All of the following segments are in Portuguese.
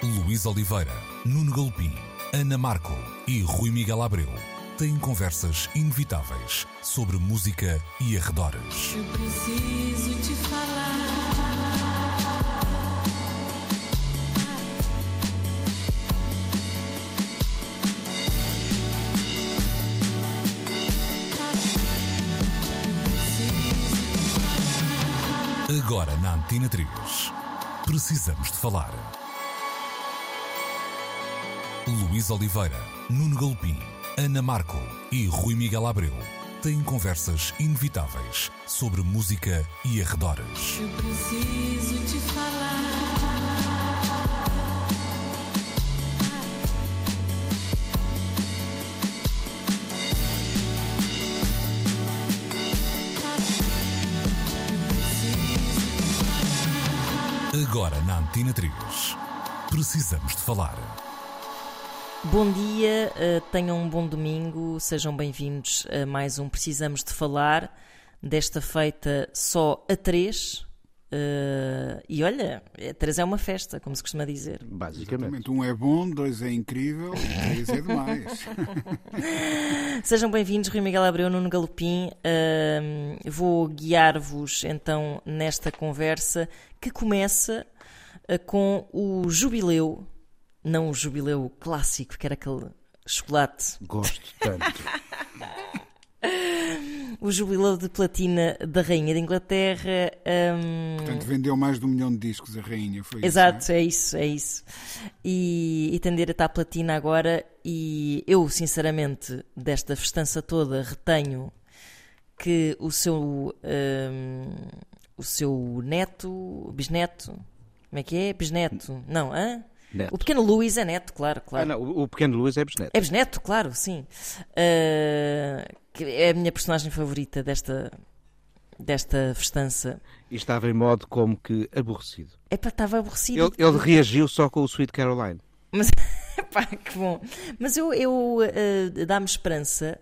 Luís Oliveira, Nuno Galopim, Ana Marco e Rui Miguel Abreu têm conversas inevitáveis sobre música e arredores. Eu preciso te falar. Agora na Antena 3. Precisamos de falar. Luís Oliveira, Nuno Galopim, Ana Marco e Rui Miguel Abreu têm conversas inevitáveis sobre música e arredores. Eu preciso te falar. Agora na Antena 3. Precisamos de falar. Bom dia, tenham um bom domingo, sejam bem-vindos a mais um Precisamos de Falar, desta feita só a 3. E olha, a 3 é uma festa, como se costuma dizer. Basicamente. Exatamente. Um é bom, 2 é incrível, 3 é demais. Sejam bem-vindos, Rui Miguel Abreu, Nuno Galopim. Vou guiar-vos então nesta conversa que começa com o jubileu. Não o jubileu clássico, que era aquele chocolate. Gosto tanto. O jubileu de platina da Rainha de Inglaterra. Portanto, vendeu mais de 1 milhão de discos a Rainha, foi Exato, isso, não é isso. E tender a estar platina agora. E eu, sinceramente, desta festança toda, retenho que o seu neto, bisneto, como é que é? Bisneto, não, hã? Neto. O pequeno Luís é neto, claro. Não, o pequeno Luís é bisneto. É bisneto, claro, sim. Que é a minha personagem favorita desta festança. E estava em modo como que aborrecido. Estava aborrecido. Ele reagiu só com o Sweet Caroline. Mas, que bom. Mas eu dá-me esperança.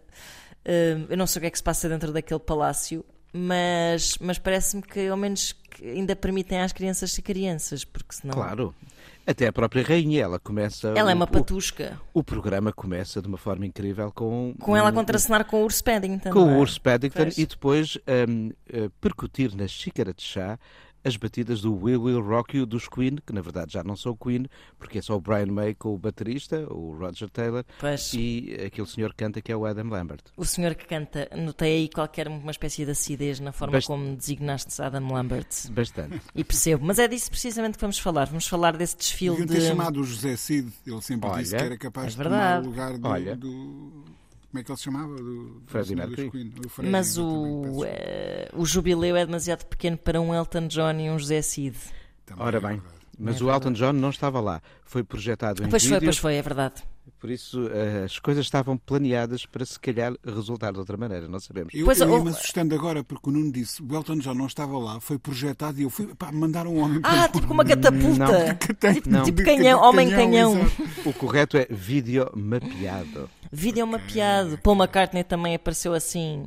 Eu não sei o que é que se passa dentro daquele palácio, mas parece-me que ao menos que ainda permitem às crianças ser crianças, porque senão... Claro. Até a própria Rainha, ela começa... Ela é uma patusca. O programa começa de uma forma incrível com ela a contracenar com o urso Paddington. Com o urso Paddington Pois. E depois percutir na xícara de chá as batidas do We Will Rock You dos Queen, que na verdade já não são Queen, porque é só o Brian May com o baterista, o Roger Taylor, Pois. e aquele senhor que canta que é o Adam Lambert. O senhor que canta, notei aí uma espécie de acidez na forma como designaste Adam Lambert. Bastante. E percebo, mas é disso precisamente que vamos falar. Vamos falar desse desfile Deviam ter chamado o José Cid, ele sempre disse que era capaz é de verdade. tomar o lugar do... Como é que ele se chamava? Do Freddie senhor dos Mercury. Queen. O Freddie, Mas exatamente, o jubileu é demasiado pequeno para um Elton John e um José Cid. Também Ora é bem, verdade. mas É o Elton John não estava lá. Foi projetado em vídeo. Pois foi, é verdade. Por isso as coisas estavam planeadas para se calhar resultar de outra maneira, não sabemos. Eu Pois, ia-me assustando agora porque o Nuno disse o Elton John não estava lá, foi projetado e eu fui mandar um homem para... Tipo com uma catapulta. Não. Tipo canhão, homem-canhão. exato. O correto é vídeo mapeado. Vídeo mapeado. Paul McCartney também apareceu assim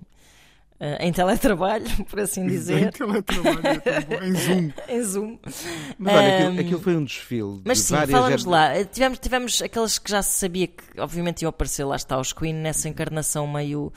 em teletrabalho, por assim Em dizer. teletrabalho, é tão bom. Em Zoom. Em Zoom. Mas olha, aquilo foi um desfile Mas de sim, várias... fala-nos lá. Tivemos aqueles que já se sabia que obviamente iam aparecer, lá está, os Queen, nessa encarnação meio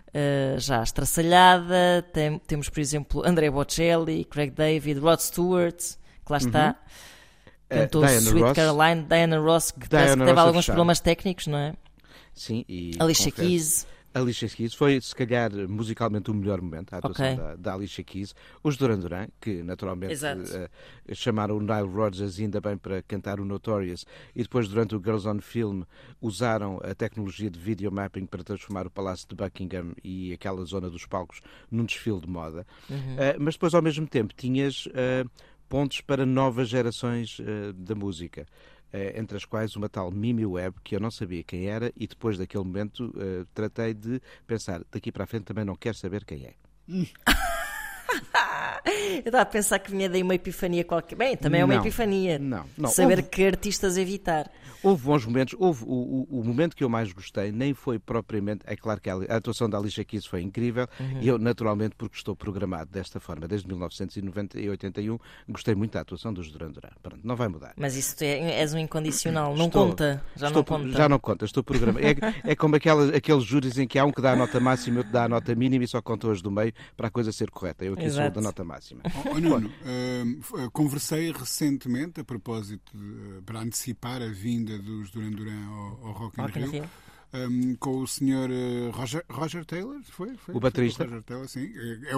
já estraçalhada. Temos, por exemplo, Andrea Bocelli, Craig David, Rod Stewart, que lá está. Cantou Diana Sweet Ross. Caroline, Diana Ross, que Diana parece que teve Ross é alguns fechado. problemas técnicos, não é? Sim, e Alicia confesso, Keys. Alicia Keys foi, se calhar, musicalmente o melhor momento, a atuação Ok. da Alicia Keys. Os Duran Duran, que naturalmente Exato. chamaram o Nile Rodgers ainda bem para cantar o Notorious, e depois durante o Girls on Film usaram a tecnologia de video mapping para transformar o Palácio de Buckingham e aquela zona dos palcos num desfile de moda. Mas depois, ao mesmo tempo, tinhas pontos para novas gerações da música. Entre as quais uma tal Mimi Webb, que eu não sabia quem era, e depois daquele momento tratei de pensar, daqui para a frente também não quero saber quem é. Eu estava a pensar que vinha daí uma epifania qualquer. Bem, também é uma Não, epifania. não. Saber Houve- que artistas evitar. Houve bons momentos. Houve o momento que eu mais gostei, nem foi propriamente. É claro que a atuação da Alicia Keys foi incrível. E eu, naturalmente, porque estou programado desta forma desde 1981, gostei muito da atuação dos Duran Duran. Pronto, não vai mudar. Mas isso és um incondicional. Não Estou- conta. Já estou- não conta. Já não conta, estou programado. É como aqueles júris em que há um que dá a nota máxima e outro dá a nota mínima e só contam as do meio para a coisa ser correta. Eu aqui sou Exato. da nota máxima. Nuno, conversei recentemente, a propósito, para antecipar a vinda dos Duran Duran ao Rock in Rock in Rio, Rio. com o senhor Roger Taylor, foi? O baterista. Roger Taylor, sim.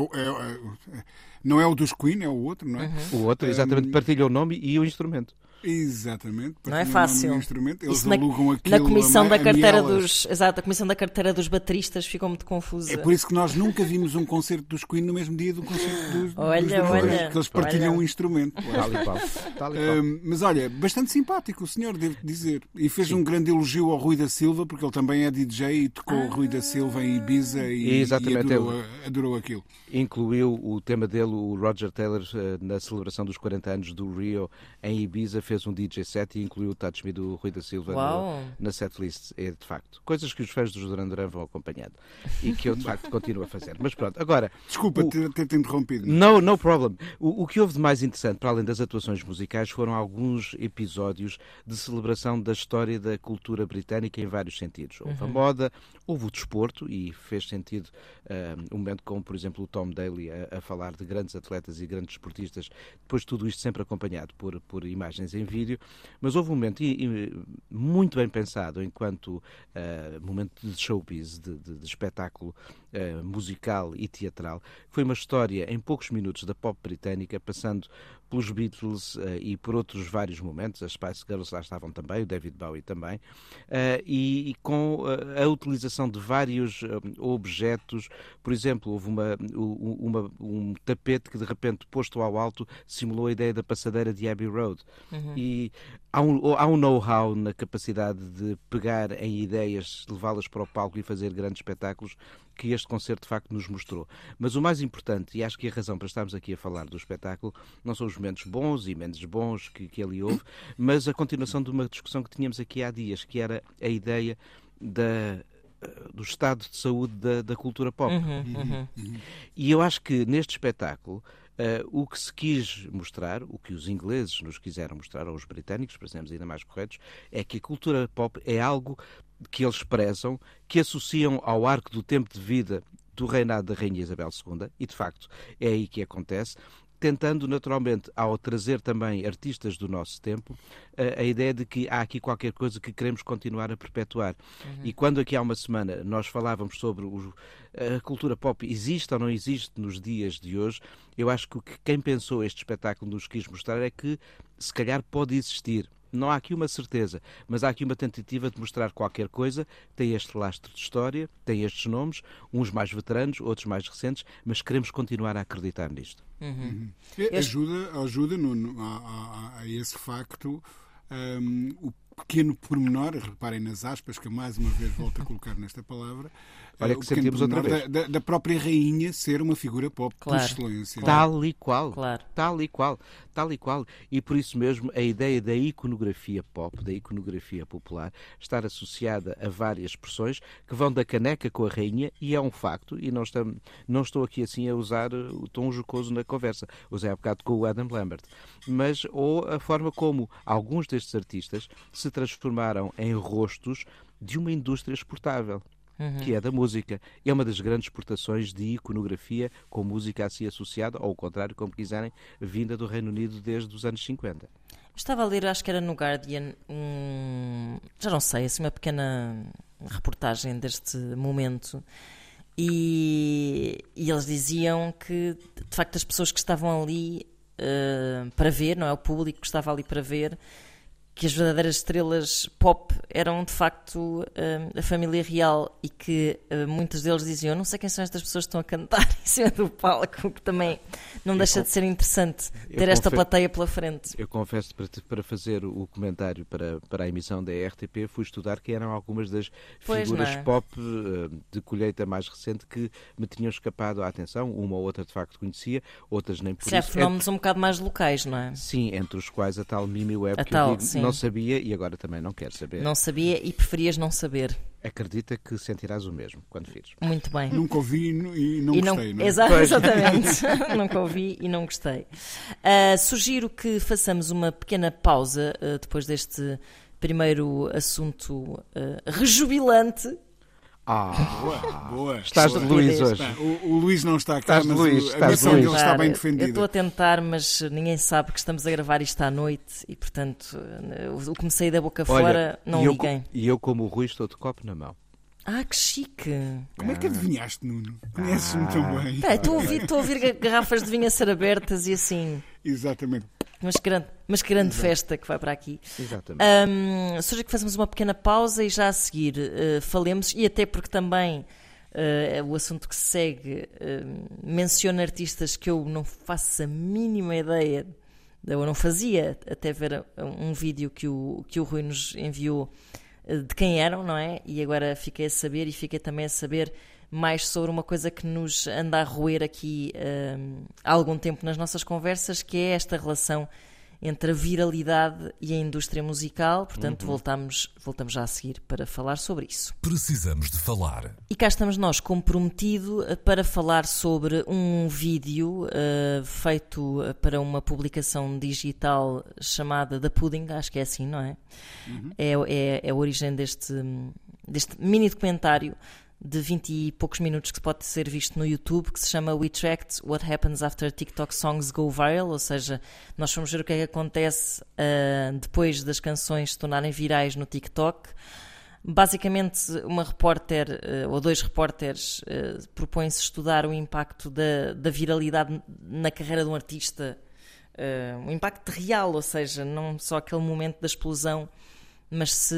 Não é o dos Queen, é o outro, não é? O outro, exatamente, partilha o nome e o instrumento. Exatamente. Não é partilham o nome fácil. do instrumento. Eles Isso na alugam aquilo na comissão da a carteira mielas. dos. Exato, a comissão da carteira dos bateristas ficou muito confusa. É por isso que nós nunca vimos um concerto dos Queen no mesmo dia do concerto dos Olha, Duran Duran, olha, porque eles partilham olha. um instrumento. Tal e qual. Tal e qual. Mas olha, bastante simpático o senhor, devo dizer. E fez um grande elogio ao Rui da Silva, porque ele também é DJ e tocou o Rui da Silva em Ibiza e Exatamente, adorou aquilo. Incluiu o tema dele, o Roger Taylor, na celebração dos 40 anos do Rio, em Ibiza, fez um DJ set e incluiu o Touch Me do Rui da Silva Uau. na setlist. É, de facto, coisas que os fãs dos Duran Duran vão acompanhando e que eu, de facto, continuo a fazer. Mas pronto, agora... Desculpa ter-te interrompido. No problem. O que houve de mais interessante, para além das atuações musicais, foram alguns episódios de celebração da história da cultura britânica em vários sentidos. Houve a moda, houve o desporto, e fez sentido um momento como, por exemplo, o Tom Daley a falar de grandes atletas e grandes desportistas, depois de tudo isto sempre acompanhado por imagens em vídeo. Mas houve um momento muito bem pensado enquanto momento de showbiz, de espetáculo musical e teatral. Foi uma história em poucos minutos da pop britânica, passando pelos Beatles e por outros vários momentos. As Spice Girls lá estavam também, o David Bowie também, e com a utilização de vários objetos. Por exemplo, houve um tapete que de repente, posto ao alto, simulou a ideia da passadeira de Abbey Road. E há um know-how na capacidade de pegar em ideias, levá-las para o palco e fazer grandes espetáculos, que este concerto de facto nos mostrou. Mas o mais importante, e acho que a razão para estarmos aqui a falar do espetáculo, não são os momentos bons e menos bons que ali houve, mas a continuação de uma discussão que tínhamos aqui há dias, que era a ideia do estado de saúde da cultura pop. E eu acho que neste espetáculo o que se quis mostrar, o que os ingleses nos quiseram mostrar, ou os britânicos, para sermos ainda mais corretos, é que a cultura pop é algo que eles prezam, que associam ao arco do tempo de vida do reinado da Rainha Isabel II, e de facto é aí que acontece, tentando naturalmente, ao trazer também artistas do nosso tempo, a ideia de que há aqui qualquer coisa que queremos continuar a perpetuar. E quando aqui há uma semana nós falávamos sobre a cultura pop existe ou não existe nos dias de hoje, eu acho que quem pensou este espetáculo nos quis mostrar é que se calhar pode existir. Não há aqui uma certeza, mas há aqui uma tentativa de mostrar qualquer coisa. Tem este lastro de história, tem estes nomes, uns mais veteranos, outros mais recentes, mas queremos continuar a acreditar nisto. Ajuda a esse facto o pequeno pormenor, reparem nas aspas que eu mais uma vez volto a colocar nesta palavra, Olha que o pequeno sentimos outra pormenor vez. da própria rainha ser uma figura pop Claro. por excelência. Tal e qual. Claro. Tal e qual. Tal e qual. E por isso mesmo a ideia da iconografia pop, da iconografia popular, estar associada a várias expressões que vão da caneca com a rainha, e é um facto, e não estou aqui assim a usar o tom jocoso na conversa. Usei há bocado com o Adam Lambert. Mas, ou a forma como alguns destes artistas se transformaram em rostos de uma indústria exportável, que é da música. É uma das grandes exportações de iconografia com música assim associada, ou ao contrário, como quiserem, vinda do Reino Unido desde os anos 50. Estava a ler, acho que era no Guardian, já não sei, assim, uma pequena reportagem deste momento, e eles diziam que, de facto, as pessoas que estavam ali para ver, não é, o público que estava ali para ver, que as verdadeiras estrelas pop eram de facto a família real e que muitos deles diziam: não sei quem são estas pessoas que estão a cantar em cima do palco, que também não deixa de ser interessante ter esta plateia pela frente. Eu confesso, para fazer o comentário para a emissão da RTP, fui estudar quem eram algumas das figuras pop de colheita mais recente que me tinham escapado à atenção. Uma ou outra de facto conhecia, outras nem por isso. Há fenómenos um bocado mais locais, não é? Sim, entre os quais a tal Mimi Webb, que tal, eu digo, não sabia e agora também não quero saber. Não sabia e preferias não saber. Acredita que sentirás o mesmo quando vires. Muito bem. Nunca ouvi e não gostei, não é? Exatamente. Nunca ouvi e não gostei. Sugiro que façamos uma pequena pausa depois deste primeiro assunto rejubilante. Boa. Estás de Luís hoje. O Luís não está cá, mas a missão dele está bem defendida. Eu estou a tentar, mas ninguém sabe que estamos a gravar isto à noite e, portanto, o que me saí da boca fora, não liguem. E eu, como o Rui, estou de copo na mão. Ah, que chique! Como é que adivinhaste, Nuno? Conheces-me tão bem. Estou a ouvir garrafas de vinho a ser abertas e assim. Exatamente. Mas que grande festa que vai para aqui. Exatamente. Sugiro que façamos uma pequena pausa e já a seguir falemos, e até porque também o assunto que se segue menciona artistas que eu não faço a mínima ideia, eu não fazia até ver um vídeo que o Rui nos enviou de quem eram, não é? E agora fiquei a saber e fiquei também a saber mais sobre uma coisa que nos anda a roer aqui há algum tempo nas nossas conversas, que é esta relação entre a viralidade e a indústria musical. Portanto, voltamos já a seguir para falar sobre isso. Precisamos de falar. E cá estamos nós, como prometido, para falar sobre um vídeo feito para uma publicação digital chamada The Pudding, acho que é assim, não é? É a origem deste mini documentário de 20 e poucos minutos que pode ser visto no YouTube, que se chama We Tracked What Happens After TikTok Songs Go Viral, ou seja, nós fomos ver o que é que acontece depois das canções se tornarem virais no TikTok. Basicamente, uma repórter ou dois repórteres propõem-se estudar o impacto da viralidade na carreira de um artista, um impacto real, ou seja, não só aquele momento da explosão, mas se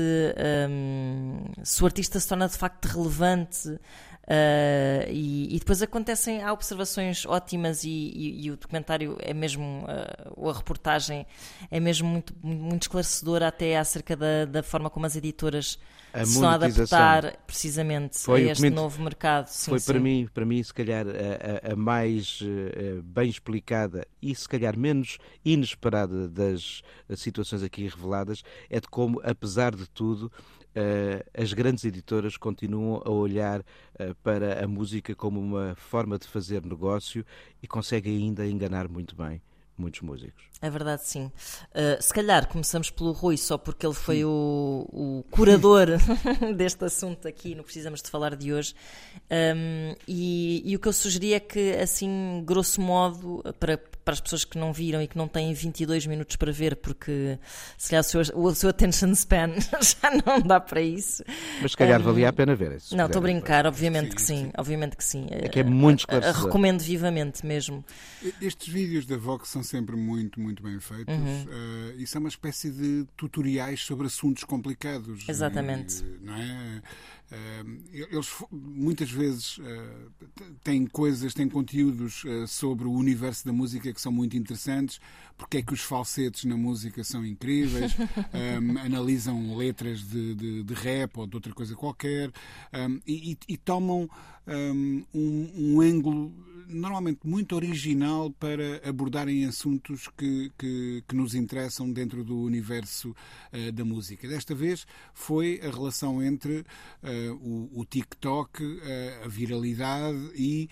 o artista se torna de facto relevante, e depois há observações ótimas e o documentário é mesmo, a reportagem é mesmo muito, muito esclarecedora até acerca da forma como as editoras se estão a adaptar precisamente a este novo mercado. Sim, para mim, se calhar, a mais bem explicada e se calhar menos inesperada das situações aqui reveladas é de como, apesar de tudo, as grandes editoras continuam a olhar para a música como uma forma de fazer negócio e conseguem ainda enganar muito bem muitos músicos. É verdade, sim. Se calhar começamos pelo Rui, só porque ele foi o curador deste assunto aqui no Precisamos de Falar de hoje. E o que eu sugeri é que, assim, grosso modo, para as pessoas que não viram e que não têm 22 minutos para ver, porque se calhar o seu attention span já não dá para isso. Mas se calhar valia a pena ver isso. Não, estou a brincar, obviamente que sim. Obviamente que sim. É que é muito esclarecedor. Recomendo vivamente mesmo. Estes vídeos da Vox são sempre muito, muito bem feitos. E são uma espécie de tutoriais sobre assuntos complicados. Exatamente. Não é? Eles muitas vezes têm conteúdos sobre o universo da música que são muito interessantes, porque é que os falsetes na música são incríveis, analisam letras de rap ou de outra coisa qualquer, e tomam um ângulo normalmente muito original para abordarem assuntos que nos interessam dentro do universo da música. Desta vez foi a relação entre o TikTok, a viralidade e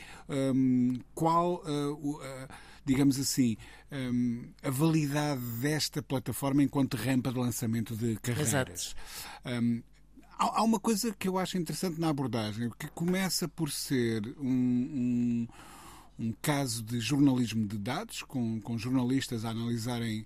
digamos assim, a validade desta plataforma enquanto rampa de lançamento de carreiras. Há uma coisa que eu acho interessante na abordagem, que começa por ser um caso de jornalismo de dados, com jornalistas a analisarem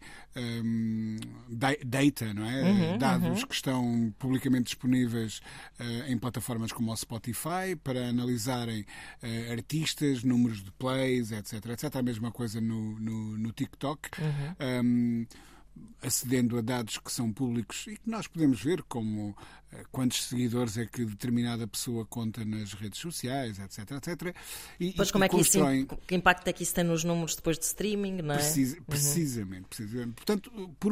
data, não é? Dados que estão publicamente disponíveis em plataformas como o Spotify, para analisarem artistas, números de plays, etc. A mesma coisa no TikTok. acedendo a dados que são públicos e que nós podemos ver, como quantos seguidores é que determinada pessoa conta nas redes sociais, etc, etc. Pois como é que que impacto é que isso tem nos números depois de streaming, não é? Precisamente. Portanto,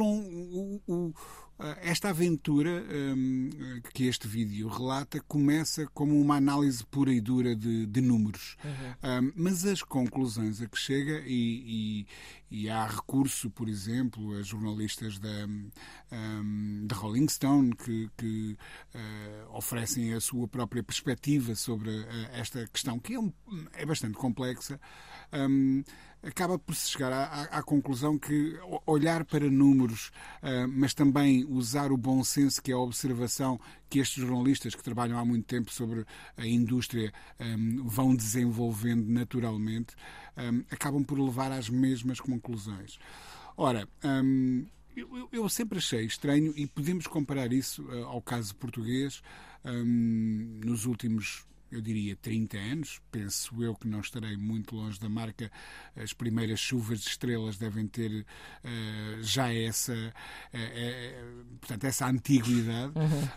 esta aventura que este vídeo relata começa como uma análise pura e dura de números. Mas as conclusões a que chega, e há recurso, por exemplo, a jornalistas da Rolling Stone que oferecem a sua própria perspectiva sobre esta questão, que é bastante complexa, acaba por se chegar à conclusão que olhar para números, mas também usar o bom senso, que é a observação que estes jornalistas que trabalham há muito tempo sobre a indústria vão desenvolvendo naturalmente, acabam por levar às mesmas conclusões. Ora, eu sempre achei estranho, e podemos comparar isso ao caso português, nos últimos, eu diria, 30 anos, penso eu que não estarei muito longe da marca. As primeiras chuvas de estrelas devem ter já portanto, essa antiguidade.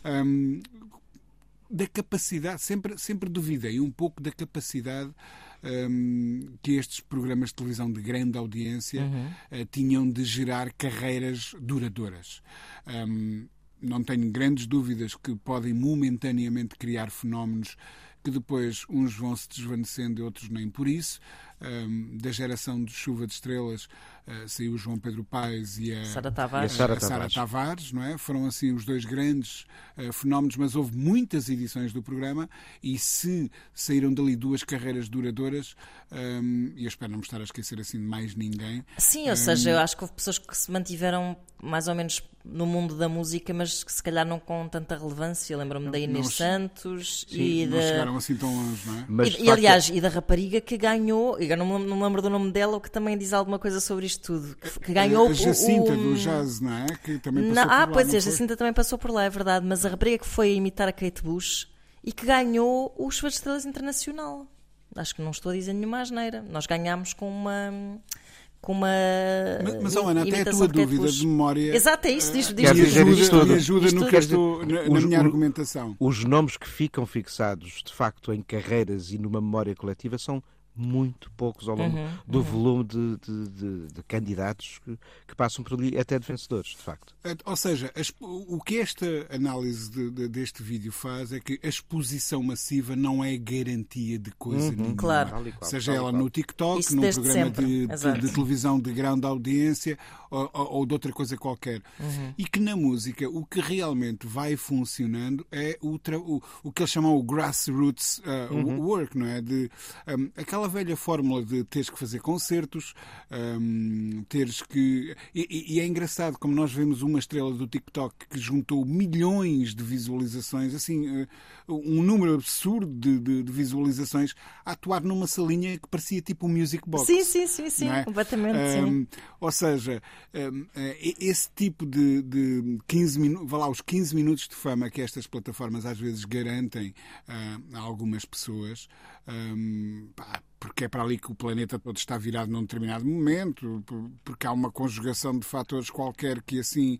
Da capacidade, sempre duvidei um pouco da capacidade que estes programas de televisão de grande audiência tinham de gerar carreiras duradouras. Não tenho grandes dúvidas que podem momentaneamente criar fenómenos que depois uns vão se desvanecendo e outros nem por isso. Da geração de Chuva de Estrelas saiu o João Pedro Paes e a Sara Tavares, não é? Foram assim os dois grandes fenómenos, mas houve muitas edições do programa, e se saíram dali duas carreiras duradouras, e eu espero não me estar a esquecer assim de mais ninguém. Sim, ou seja, eu acho que houve pessoas que se mantiveram mais ou menos no mundo da música, mas que se calhar não com tanta relevância. Lembro-me da Inês Santos. Sim, e não chegaram assim tão longe, não é? Mas, aliás, e da rapariga que ganhou, eu não me lembro do nome dela, o que também diz alguma coisa sobre isto tudo, que ganhou a Jacinta do jazz, não é? Que também passou por lá. Pois é, a Jacinta também passou por lá, é verdade, mas a rapariga que foi imitar a Kate Bush e que ganhou o Chuva de Estrelas Internacional. Acho que não estou a dizer nenhuma asneira. Nós ganhámos com uma mas Ana, até a tua dúvida de memória. Exato, é isso. Diz me ajuda na minha argumentação. Os nomes que ficam fixados de facto em carreiras e numa memória coletiva são muito poucos ao longo do volume de candidatos que passam por ali, até de vencedores, de facto. Ou seja, o que esta análise deste vídeo faz é que a exposição massiva não é garantia de coisa nenhuma. Claro. Seja ela no TikTok, num programa de televisão de grande audiência ou de outra coisa qualquer. E que na música o que realmente vai funcionando é o que eles chamam o grassroots work, não é? Aquela velha fórmula de teres que fazer concertos, teres que... E é engraçado como nós vemos uma estrela do TikTok que juntou milhões de visualizações, assim, um número absurdo de visualizações, a atuar numa salinha que parecia tipo um music box. Sim, é? Completamente, sim. Ou seja, esse tipo de 15 minutos, vá lá, os 15 minutos de fama que estas plataformas às vezes garantem a algumas pessoas, porque é para ali que o planeta todo está virado num determinado momento, porque há uma conjugação de fatores qualquer que assim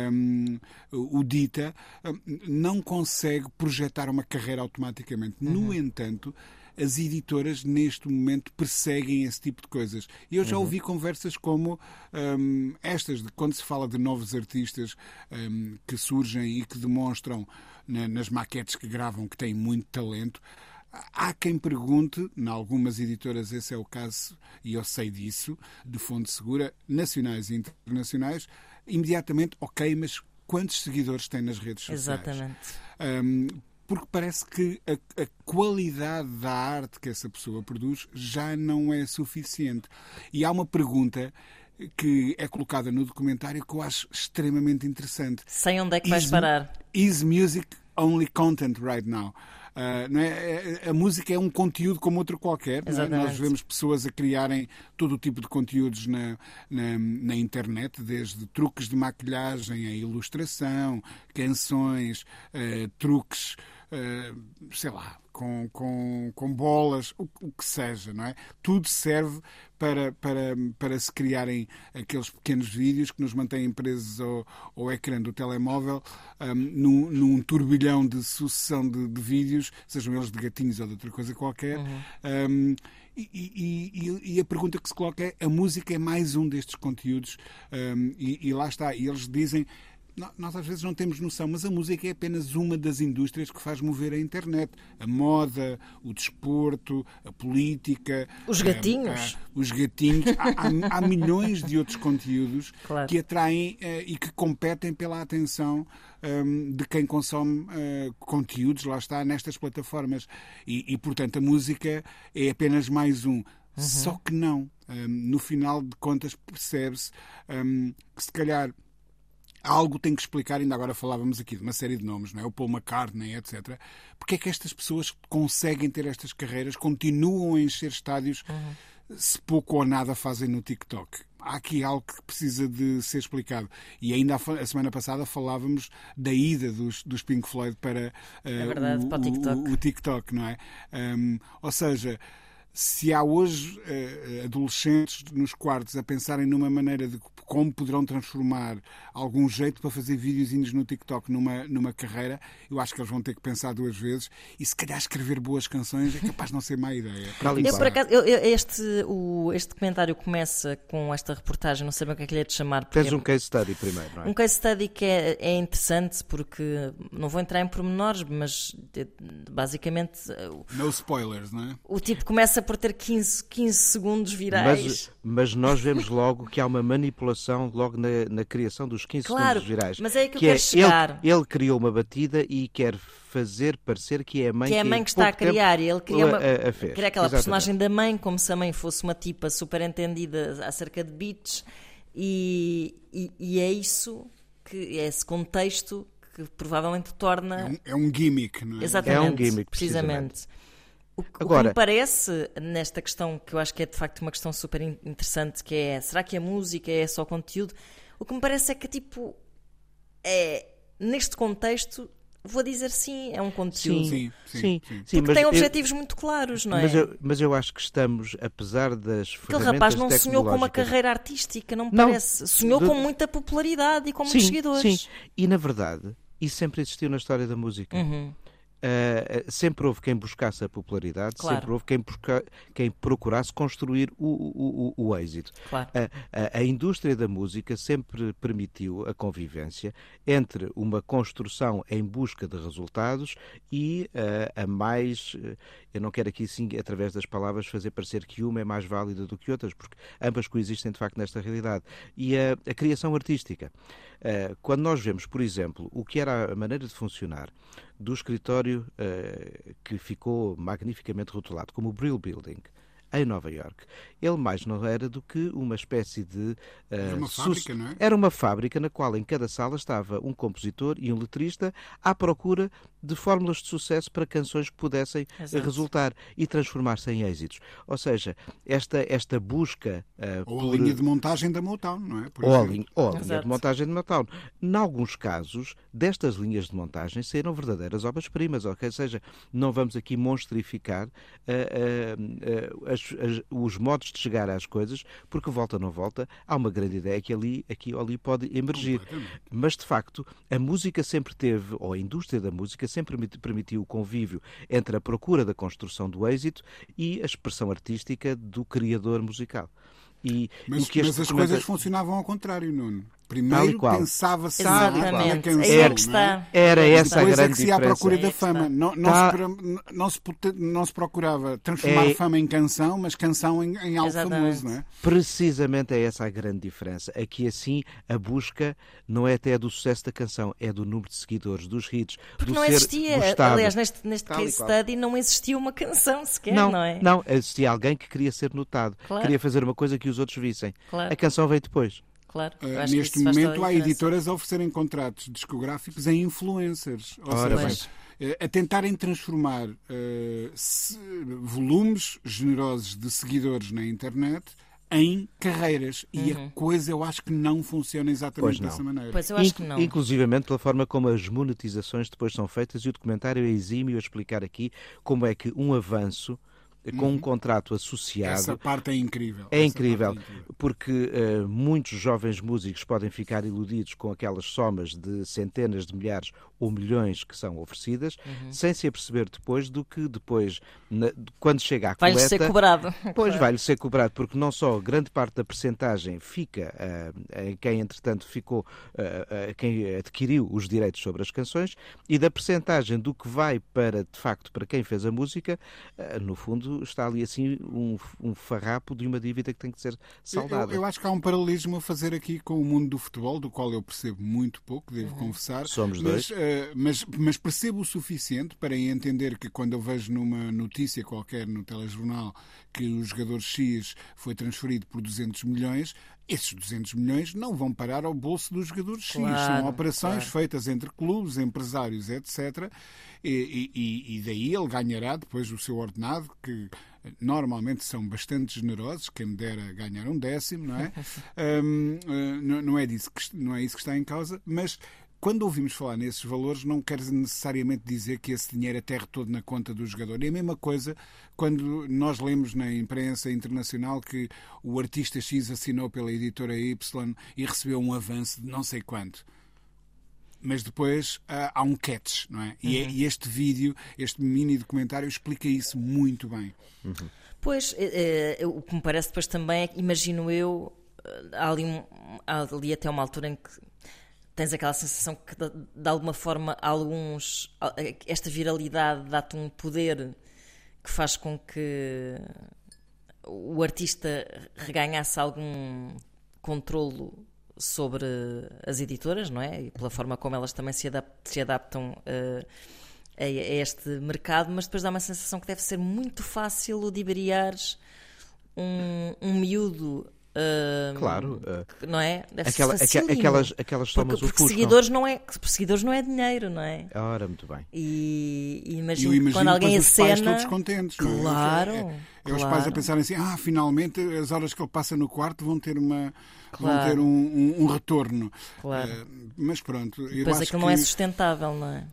o dita, não consegue projetar uma carreira automaticamente. No entanto, as editoras neste momento perseguem esse tipo de coisas. E eu já ouvi conversas como estas, de quando se fala de novos artistas que surgem e que demonstram nas maquetes que gravam que têm muito talento. Há quem pergunte, em algumas editoras esse é o caso, e eu sei disso, de fonte segura, nacionais e internacionais, imediatamente, ok, mas quantos seguidores tem nas redes sociais? Exatamente. Porque parece que a qualidade da arte que essa pessoa produz já não é suficiente. E há uma pergunta que é colocada no documentário que eu acho extremamente interessante. Sei onde é que vais parar. Is music only content right now? Não é? A música é um conteúdo como outro qualquer. Não é? Nós vemos pessoas a criarem todo o tipo de conteúdos na internet, desde truques de maquilhagem, a ilustração, canções, truques sei lá, com bolas, o que seja, não é? Tudo serve para se criarem aqueles pequenos vídeos que nos mantêm presos ao ecrã do telemóvel, num turbilhão de sucessão de vídeos, sejam eles de gatinhos ou de outra coisa qualquer. E a pergunta que se coloca é: a música é mais um destes conteúdos, e lá está, e eles dizem... Nós às vezes não temos noção, mas a música é apenas uma das indústrias que faz mover a internet. A moda, o desporto, a política... Os gatinhos. Os gatinhos. Há milhões de outros conteúdos, claro, que atraem e que competem pela atenção de quem consome conteúdos, lá está, nestas plataformas. E, portanto, a música é apenas mais um. Só que não. No final de contas, percebe-se que, se calhar, algo tem que explicar. Ainda agora falávamos aqui de uma série de nomes, não é? O Paul McCartney, etc. Porque é que estas pessoas conseguem ter estas carreiras, continuam a encher estádios, se pouco ou nada fazem no TikTok? Há aqui algo que precisa de ser explicado. E ainda a semana passada falávamos da ida dos Pink Floyd para, para o TikTok, não é? Ou seja... Se há hoje adolescentes nos quartos a pensarem numa maneira de como poderão transformar algum jeito para fazer videozinhos no TikTok numa carreira, eu acho que eles vão ter que pensar duas vezes, e se calhar escrever boas canções é capaz de não ser má ideia. Por acaso, este documentário começa com esta reportagem, não sei bem o que é que lhe é de chamar. Tens um case study primeiro, não é? Um case study que é interessante, porque não vou entrar em pormenores, mas basicamente... No spoilers, não é? O tipo começa por ter 15 segundos virais. Mas nós vemos logo que há uma manipulação logo na criação dos 15 segundos virais. Mas é aí que eu quero chegar. Ele criou uma batida e quer fazer parecer que é a mãe que está a criar. E ele cria cria aquela personagem da mãe, como se a mãe fosse uma tipa super entendida acerca de beats. E é isso, é esse contexto que provavelmente torna... É um gimmick, não é? Exatamente, é um gimmick, precisamente. O que me parece, nesta questão, que eu acho que é de facto uma questão super interessante, que é, será que a música é só conteúdo? O que me parece é que, tipo, neste contexto, vou dizer sim, é um conteúdo. Sim, porque tem objetivos muito claros, não é? Mas eu acho que estamos, apesar das ferramentas Aquele rapaz não sonhou com uma carreira artística, não me parece. Sonhou com muita popularidade e com muitos seguidores. Sim, e na verdade, isso sempre existiu na história da música. Sempre houve quem buscasse a popularidade, sempre houve quem procurasse construir o êxito. Claro. A indústria da música sempre permitiu a convivência entre uma construção em busca de resultados e a mais... Eu não quero aqui, sim, através das palavras, fazer parecer que uma é mais válida do que outras, porque ambas coexistem, de facto, nesta realidade. E a criação artística. Quando nós vemos, por exemplo, o que era a maneira de funcionar do escritório que ficou magnificamente rotulado como o Brill Building, em Nova Iorque, ele mais não era do que uma espécie de... Era uma fábrica, não é? Era uma fábrica na qual em cada sala estava um compositor e um letrista à procura de fórmulas de sucesso para canções que pudessem resultar e transformar-se em êxitos. Ou seja, esta busca... ou a linha de montagem da Motown, não é? Ou a linha de montagem de Motown. Em alguns casos, destas linhas de montagem saíram verdadeiras obras-primas, ou seja, não vamos aqui monstrificar os modos de chegar às coisas, porque volta ou não volta, há uma grande ideia que aqui ou ali pode emergir. Mas, de facto, a música sempre teve, ou a indústria da música sempre permitiu o convívio entre a procura da construção do êxito e a expressão artística do criador musical. Mas as coisas funcionavam ao contrário, Nuno. Primeiro pensava-se na canção. Era essa a grande diferença. Depois é que se ia à procura da fama. Não se procurava transformar fama em canção, mas canção em algo famoso, não é? Precisamente é essa a grande diferença. Aqui, assim, a busca não é até do sucesso da canção, é do número de seguidores, dos hits, porque do não ser existia, gostado. Aliás, neste case study não existia uma canção sequer, não é? Não, existia alguém que queria ser notado, queria fazer uma coisa que os outros vissem. Claro. A canção veio depois. Claro, neste momento há editoras a oferecerem contratos discográficos em influencers, ou seja, a tentarem transformar volumes generosos de seguidores na internet em carreiras. E a coisa eu acho que não funciona exatamente dessa maneira. Pois eu acho que não. Inclusivamente pela forma como as monetizações depois são feitas, e o documentário é exímio a explicar aqui como é que um avanço com um contrato associado... Essa parte é incrível. É incrível, porque muitos jovens músicos podem ficar iludidos com aquelas somas de centenas de milhares ou milhões que são oferecidas, sem se aperceber depois do que depois, quando chega à coleta... Vai-lhe ser cobrado. Pois vai-lhe ser cobrado, porque não só grande parte da percentagem fica em quem, entretanto, ficou, quem adquiriu os direitos sobre as canções, e da percentagem do que vai para, de facto, para quem fez a música, no fundo, está ali assim um farrapo de uma dívida que tem que ser saldada. Eu acho que há um paralelismo a fazer aqui com o mundo do futebol, do qual eu percebo muito pouco, devo confessar. Somos dois. Mas percebo o suficiente para entender que quando eu vejo numa notícia qualquer no telejornal que o jogador X foi transferido por 200 milhões, esses 200 milhões não vão parar ao bolso do jogador X. São operações feitas entre clubes, empresários, etc. E daí ele ganhará depois o seu ordenado, que normalmente são bastante generosos, quem me dera ganhar 1/10, não é? Não é isso que está em causa, mas quando ouvimos falar nesses valores, não quer necessariamente dizer que esse dinheiro aterre todo na conta do jogador. É a mesma coisa quando nós lemos na imprensa internacional que o artista X assinou pela editora Y e recebeu um avanço de não sei quanto. Mas depois há um catch, não é? E este vídeo, este mini documentário, explica isso muito bem. Pois, o que me parece depois também é que, imagino eu, há ali até uma altura em que tens aquela sensação que, de alguma forma, esta viralidade dá-te um poder que faz com que o artista reganhasse algum controlo sobre as editoras, não é? E pela forma como elas também se adaptam a este mercado, mas depois dá uma sensação que deve ser muito fácil ludibriares um miúdo. Claro. Não é? Deve ser facílimo. Aquelas somas porque seguidores não é dinheiro, não é? Ora, muito bem. E Eu imagino imagino quando alguém os pais acena... todos contentes. Claro. É os pais a pensarem assim, finalmente as horas que ele passa no quarto vão ter um retorno. Claro. Mas pronto. Depois aquilo não é sustentável, não é?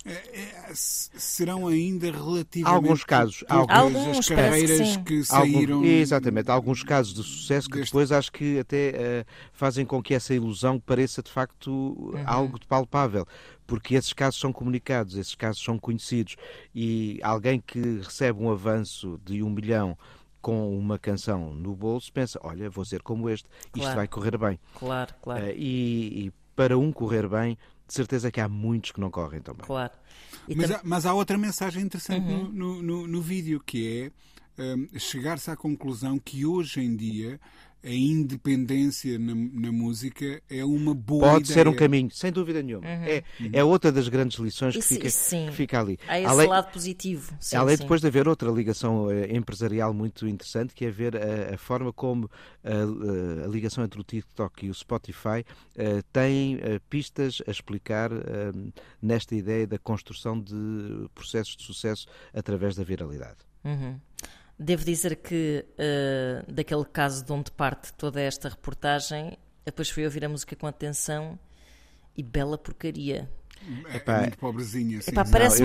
Serão ainda relativamente alguns casos, as carreiras que saíram... Exatamente, alguns casos de sucesso que depois acho que até fazem com que essa ilusão pareça de facto algo de palpável, porque esses casos são comunicados, esses casos são conhecidos, e alguém que recebe um avanço de 1 milhão com uma canção no bolso pensa, olha, vou ser como este, isto vai correr bem. Claro. E para um correr bem, de certeza que há muitos que não correm tão bem. Claro. Mas há outra mensagem interessante no vídeo, que é chegar-se à conclusão que hoje em dia a independência na música é uma boa ideia. Pode ser um caminho, sem dúvida nenhuma. É outra das grandes lições que fica ali. Há esse lado positivo. Além depois de haver outra ligação empresarial muito interessante, que é ver a forma como a ligação entre o TikTok e o Spotify tem pistas a explicar nesta ideia da construção de processos de sucesso através da viralidade. Devo dizer que daquele caso de onde parte toda esta reportagem, depois fui ouvir a música com atenção e bela porcaria. É muito pobrezinha. Sim. Parece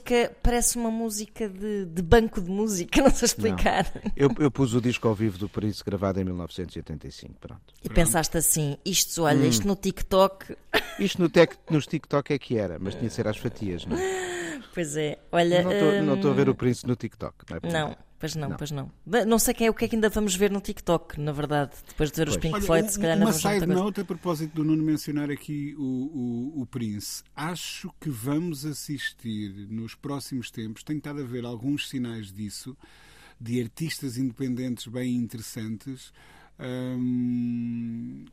uma música de banco de música, não sei explicar. Não. Eu pus o disco ao vivo do Prince gravado em 1985. Pronto. E pensaste assim, isto no TikTok... Isto nos TikTok é que era, mas tinha de ser às fatias, não é? Pois é, olha... Não estou a ver o Prince no TikTok, não é? Não. Pois não. Não sei o que é que ainda vamos ver no TikTok, na verdade, depois de ver os Pink Floyd, se calhar não vamos ver uma side note a propósito do Nuno mencionar aqui o Prince. Acho que vamos assistir nos próximos tempos, tem estado a ver alguns sinais disso, de artistas independentes bem interessantes,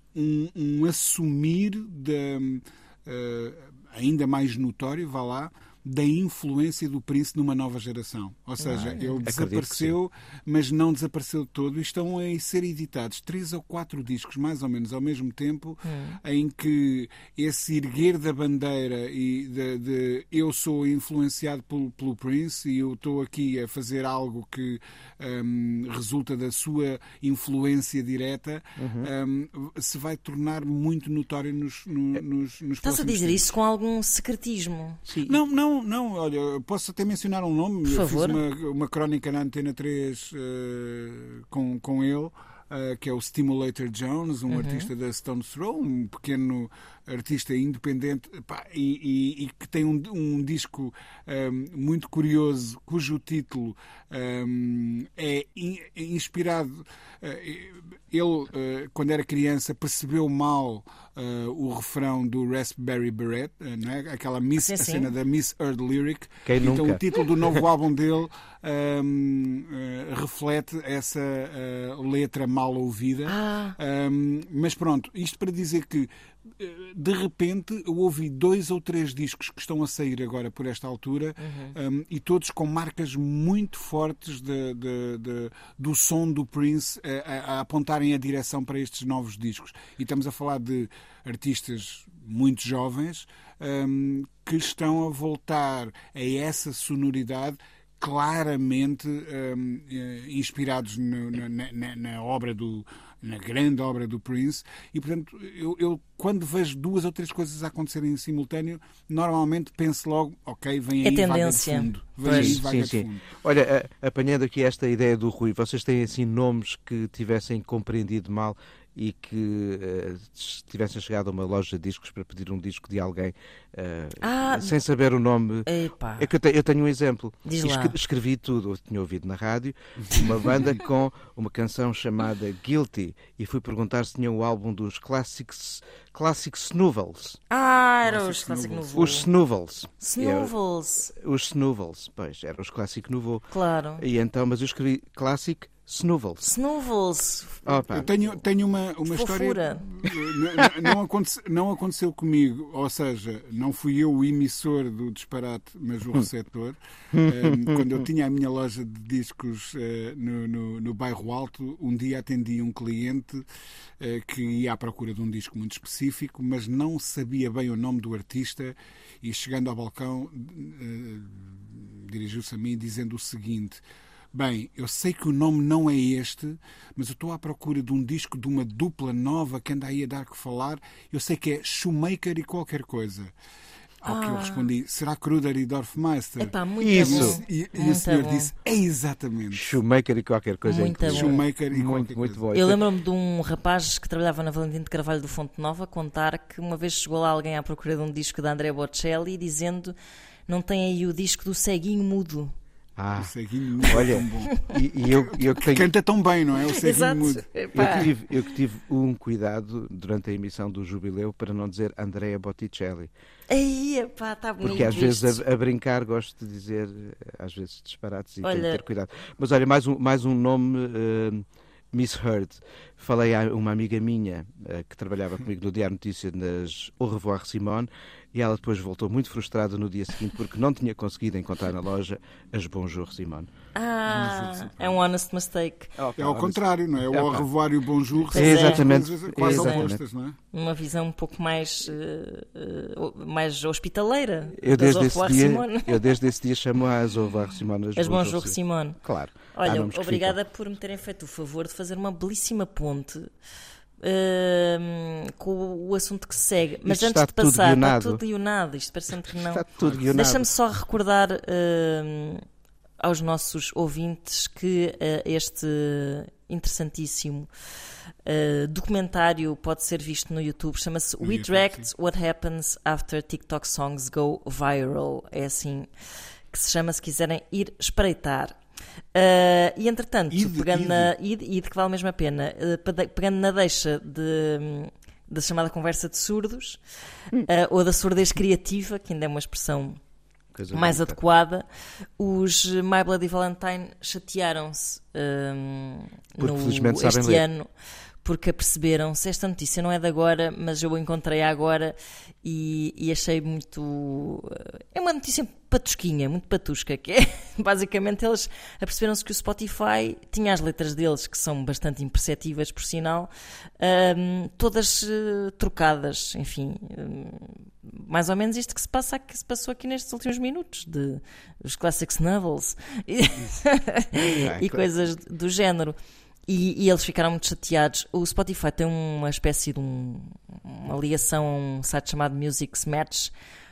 um assumir ainda mais notório, da influência do Prince numa nova geração. Ou seja, ele desapareceu, mas não desapareceu de todo, e estão a ser editados 3 ou 4 discos, mais ou menos ao mesmo tempo, em que esse erguer da bandeira e de eu sou influenciado pelo Prince e eu estou aqui a fazer algo que resulta da sua influência direta, se vai tornar muito notório nos Estás a dizer tempos. isso com algum secretismo? Sim. Não, olha, posso até mencionar um nome. Por favor. Eu fiz uma crónica na Antena 3 com ele, que é o Stimulator Jones, um artista da Stones Throw, um pequeno artista independente, e que tem um disco muito curioso, cujo título é inspirado. Ele, quando era criança, percebeu mal o refrão do Raspberry Beret, não é? Aquela a cena da Misheard Lyric. Quem então nunca? o título do novo álbum dele reflete essa letra mal ouvida. Mas pronto, isto para dizer que de repente eu ouvi 2 ou 3 discos que estão a sair agora por esta altura, e todos com marcas muito fortes do som do Prince a apontarem a direção para estes novos discos. E estamos a falar de artistas muito jovens que estão a voltar a essa sonoridade, claramente inspirados na grande obra do Prince. E portanto eu quando vejo 2 ou 3 coisas a acontecerem em simultâneo, normalmente penso logo, ok, vem aí vaga de fundo. Vem aí vaga de fundo. Olha, apanhando aqui esta ideia do Rui, vocês têm assim nomes que tivessem compreendido mal e que tivessem chegado a uma loja de discos para pedir um disco de alguém sem saber o nome? Epá. É que eu tenho um exemplo. Diz lá. Escrevi tudo, eu tinha ouvido na rádio uma banda com uma canção chamada Guilty, e fui perguntar se tinha o álbum dos Classic Snoovels. Era os Classic Nouveau. Os Snoovels. Snoovels. Os Snoovels, pois, eram os Classic Nouveau. Claro. E então, mas eu escrevi Classic Snoovels. Snoovels. Opa. Eu tenho uma história. Não aconteceu comigo, ou seja, não fui eu o emissor do disparate, mas o receptor. Quando eu tinha a minha loja de discos no Bairro Alto, um dia atendi um cliente que ia à procura de um disco muito específico, mas não sabia bem o nome do artista, e chegando ao balcão dirigiu-se a mim dizendo o seguinte: bem, eu sei que o nome não é este, mas eu estou à procura de um disco de uma dupla nova que anda aí a dar que falar. Eu sei que é Shoemaker e qualquer coisa. Ao que eu respondi: será Kruder e Dorfmeister? Epá, muito Isso. bom. E o Muito senhor bom. disse: é exatamente. Shoemaker e qualquer coisa. Muito inclusive. bom. Shoemaker e Muito, qualquer muito coisa. bom. Eu lembro-me de um rapaz que trabalhava na Valentim de Carvalho do Fonte Nova contar que uma vez chegou lá alguém à procura de um disco da Andrea Bocelli, dizendo: não tem aí o disco do Ceguinho Mudo. O Ceguinho Mudo, olha, tão bom. e eu que tenho... Canta tão bem, não é? O Ceguinho Exato. Mudo. Epá. Eu que tive um cuidado durante a emissão do Jubileu para não dizer Andrea Botticelli. Aí, epá, está bonito. Porque às vezes isto. a brincar gosto de dizer às vezes disparates e tenho Olha- que ter cuidado. Mas olha, mais um nome, Misheard. Falei a uma amiga minha que trabalhava comigo no Diário Notícia nas Au revoir Simone, e ela depois voltou muito frustrada no dia seguinte porque não tinha conseguido encontrar na loja as Bonjour Simone. É um honest mistake. É ao contrário, não é? O Au revoir e o Bonjour Pois é. Exatamente. coisas quase Exatamente. opostas, não é? Uma visão um pouco mais hospitaleira. Eu das desde, Au revoir Simone. eu desde esse dia chamo as Au revoir Simone As Bonjour Simone. Claro. Há Olha, nomes que obrigada por me terem feito o favor de fazer uma belíssima ponte com o assunto que se segue. Mas Isto antes está de tudo passar, guionado. está tudo guionado. Isto parecendo que não. Está tudo guionado. Deixa-me só recordar aos nossos ouvintes que este interessantíssimo documentário pode ser visto no YouTube. Chama-se We Direct What Happens After TikTok Songs Go Viral. É assim que se chama, se quiserem ir espreitar. E entretanto, e de que vale mesmo a pena, pegando na deixa da chamada conversa de surdos, ou da surdez criativa, que ainda é uma expressão Coisa mais bonita. adequada, os My Bloody Valentine chatearam-se Porque, felizmente, sabem este ler. ano porque aperceberam-se, esta notícia não é de agora, mas eu a encontrei agora e achei muito... É uma notícia patusquinha, muito patusca, que é, basicamente eles aperceberam-se que o Spotify tinha as letras deles, que são bastante imperceptíveis, por sinal, todas trocadas, enfim, mais ou menos isto que se passou aqui nestes últimos minutos, de os Classic Snuggles e coisas do género. E eles ficaram muito chateados. O Spotify tem uma espécie de uma ligação a um site chamado Music's Match,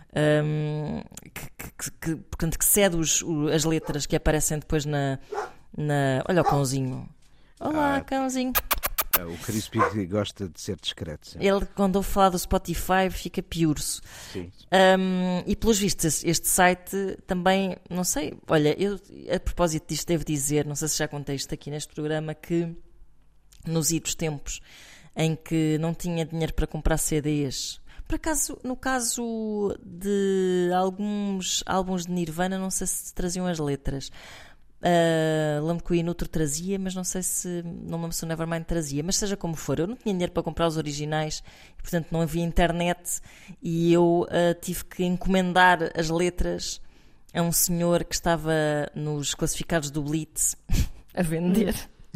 portanto, que cede as letras que aparecem depois na... Olha o cãozinho. Olá, cãozinho. O Crispy gosta de ser discreto. Sim. Ele, quando ouve falar do Spotify, fica piurso. Sim. E pelos vistos, este site também, não sei, olha, eu a propósito disto devo dizer, não sei se já contei isto aqui neste programa, que nos idos tempos em que não tinha dinheiro para comprar CDs, por acaso, no caso de alguns álbuns de Nirvana, não sei se traziam as letras. Lembro que o Inutro trazia, mas não sei se, não lembro se o Nevermind trazia, mas seja como for, eu não tinha dinheiro para comprar os originais e, portanto, não havia internet e eu tive que encomendar as letras a um senhor que estava nos classificados do Blitz a vender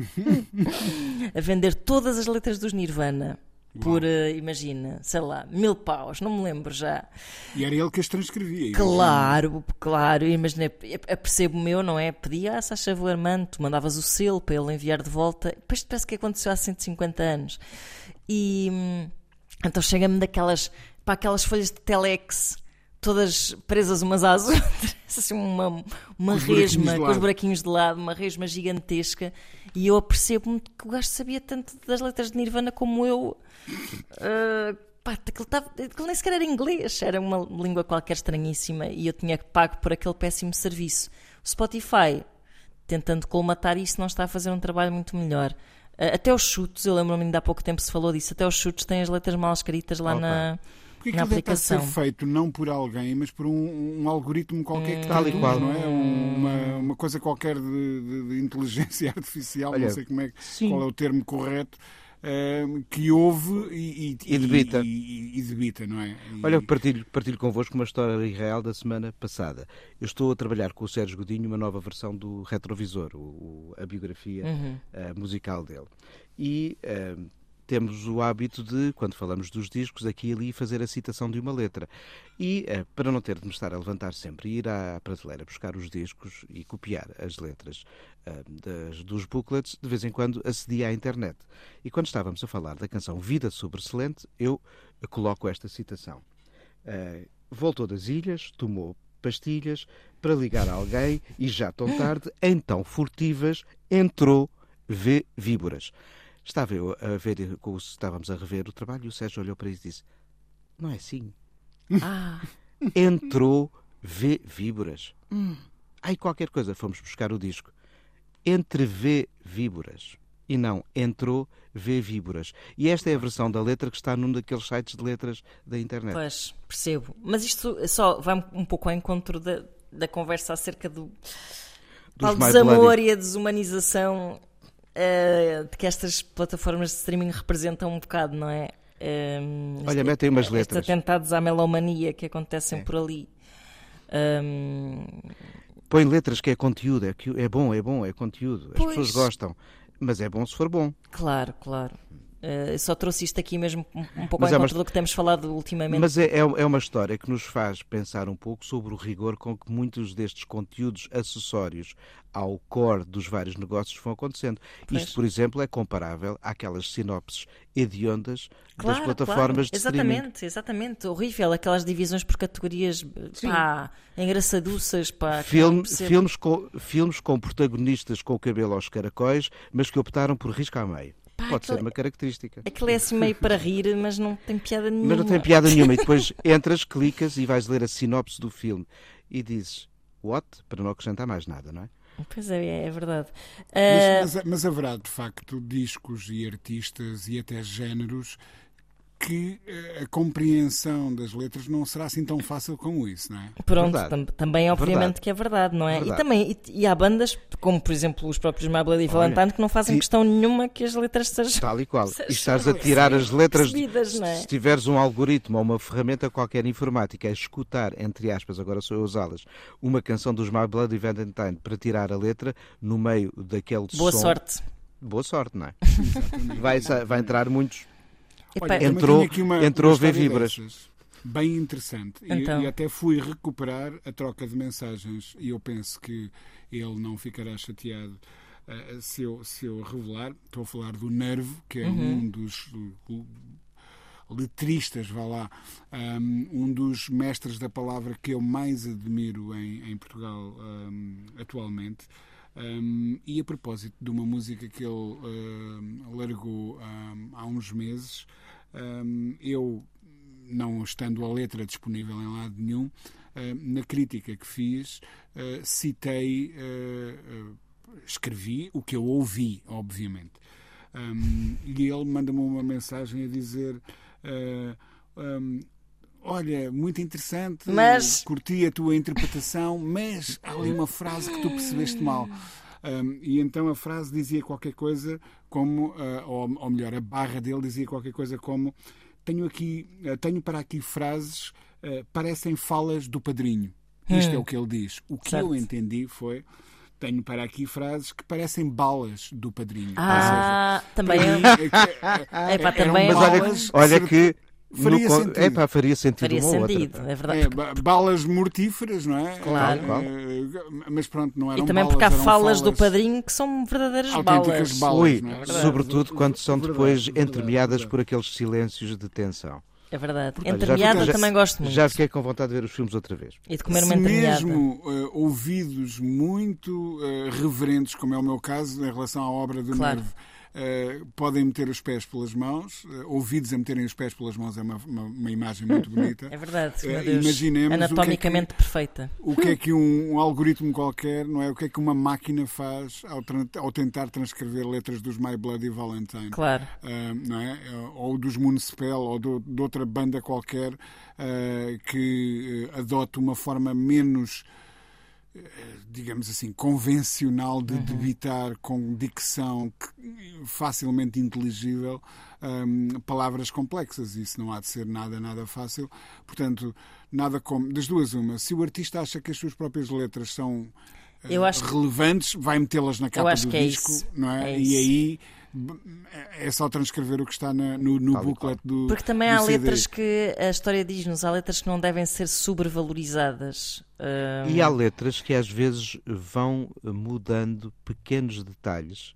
todas as letras dos Nirvana por, imagina, sei lá, 1000 paus, não me lembro já. E era ele que as transcrevia. Claro, imagina, apercebo-me eu, não é? Pedia, se achava o Armando, tu mandavas o selo para ele enviar de volta, depois parece que aconteceu há 150 anos. E então chega-me daquelas, para aquelas folhas de telex, todas presas umas às outras, assim uma resma, com os buraquinhos de lado, uma resma gigantesca, e eu apercebo-me que o gajo sabia tanto das letras de Nirvana como eu. Aquilo nem sequer era inglês, era uma língua qualquer estranhíssima e eu tinha pago por aquele péssimo serviço. O Spotify, tentando colmatar isso, não está a fazer um trabalho muito melhor. Até os chutes, eu lembro-me ainda há pouco tempo se falou disso, até os chutes têm as letras mal escritas lá na aplicação. Deve ser feito não por alguém, mas por um algoritmo qualquer que tal e qual, não é? Uma coisa qualquer de inteligência artificial, olha, não sei qual é o termo correto, que ouve e debita, não é? Olha, eu partilho convosco uma história irreal da semana passada. Eu estou a trabalhar com o Sérgio Godinho uma nova versão do Retrovisor, a biografia musical dele. E temos o hábito de, quando falamos dos discos, aqui e ali fazer a citação de uma letra. E, para não ter de me estar a levantar sempre e ir à prateleira buscar os discos e copiar as letras dos booklets, de vez em quando acedia à internet. E quando estávamos a falar da canção Vida Sobressalente, eu coloco esta citação. Voltou das ilhas, tomou pastilhas para ligar a alguém e já tão tarde, então furtivas, entrou, vê víboras. Estava eu a ver, estávamos a rever o trabalho e o Sérgio olhou para isso e disse: não é assim. Entrou, vê víboras. Ai, qualquer coisa, fomos buscar o disco. Entre vê víboras. E não, entrou, vê víboras. E esta é a versão da letra que está num daqueles sites de letras da internet. Pois, percebo. Mas isto só vai um pouco ao encontro da conversa acerca do desamor e a desumanização de que estas plataformas de streaming representam um bocado, não é? Olha, metem umas letras. Estes atentados à melomania que acontecem por ali. Põe letras que é conteúdo, é bom, é conteúdo. As pessoas gostam, mas é bom se for bom. Claro. Só trouxe isto aqui mesmo um pouco ao encontro do que temos falado ultimamente. Mas é uma história que nos faz pensar um pouco sobre o rigor com que muitos destes conteúdos acessórios ao core dos vários negócios vão acontecendo. Pois. Isto, por exemplo, é comparável àquelas sinopses hediondas das plataformas de streaming. Exatamente. Horrível. Aquelas divisões por categorias, engraçaduças. Filmes com protagonistas com o cabelo aos caracóis, mas que optaram por risco a meio. Pode ser uma característica. Aquilo é assim meio para rir, mas não tem piada nenhuma. Mas não tem piada nenhuma. E depois entras, clicas e vais ler a sinopse do filme e dizes what? Para não acrescentar mais nada, não é? Pois é verdade. Mas haverá, de facto, discos e artistas e até géneros que a compreensão das letras não será assim tão fácil como isso, não é? Pronto, Verdade. também obviamente Verdade. que é verdade, não é? Verdade. E também e há bandas, como por exemplo os próprios My Bloody Valentine, que não fazem questão nenhuma que as letras sejam Tal e qual. Sejam E estás a tirar as letras. percebidas, não é? Se tiveres um algoritmo ou uma ferramenta qualquer informática a escutar, entre aspas, agora sou eu a usá-las, uma canção dos My Bloody Valentine para tirar a letra no meio daquele Boa som. sorte. Boa sorte, não é? Vai entrar muitos. Epá, Olha, também entrou- tenho aqui uma entrou a ver história vibras. dessas, bem interessante. Então. E até fui recuperar a troca de mensagens e eu penso que ele não ficará chateado se eu revelar. Estou a falar do Nervo, que é um dos letristas, vá lá, um dos mestres da palavra que eu mais admiro em Portugal atualmente. E a propósito de uma música que ele largou há uns meses, eu, não estando a letra disponível em lado nenhum, na crítica que fiz, citei, escrevi o que eu ouvi, obviamente. E ele manda-me uma mensagem a dizer: olha, muito interessante, Mas- curti a tua interpretação, mas há ali uma frase que tu percebeste mal. E então a frase dizia qualquer coisa como, ou melhor, a barra dele dizia qualquer coisa como: tenho para aqui frases, parecem falas do padrinho. Isto é o que ele diz. O que Certo. eu entendi foi: tenho para aqui frases que parecem balas do padrinho. também Ou é. seja, Epá, eram também é. Mas balas olha que que. faria sentido. Faria sentido Faria uma ou outra. sentido, é verdade. balas mortíferas, não é? Claro. Mas pronto, não eram E também balas, porque há eram falas do falas padrinho que são verdadeiras autênticas balas. balas. Ui, não é? sobretudo quando são depois Verdade, entremeadas verdade. por aqueles silêncios de tensão. É verdade. Olha, Entremeada já- também gosto muito. Já fiquei com vontade de ver os filmes outra vez. E de comer uma Se entremeada. mesmo ouvidos muito reverentes, como é o meu caso, em relação à obra do Claro. Nervo, podem meter os pés pelas mãos. Ouvidos a meterem os pés pelas mãos é uma imagem muito bonita. É verdade, meu Eh, Deus. imaginemos Anatomicamente perfeita. O que é que um algoritmo qualquer, não é? O que é que uma máquina faz ao tentar transcrever letras dos My Bloody Valentine? Claro. Não é? Ou dos Municipal, ou de outra banda qualquer que adote uma forma menos, digamos assim, convencional de debitar com dicção facilmente inteligível palavras complexas. Isso não há de ser nada fácil. Portanto, nada como... Das duas, uma. Se o artista acha que as suas próprias letras são Eu acho- relevantes, vai metê-las na capa acho do que é disco, isso. não é? É E isso. aí é só transcrever o que está no Tal e booklet do Porque também do há CD. letras que a história diz-nos, há letras que não devem ser sobrevalorizadas. E há letras que às vezes vão mudando pequenos detalhes.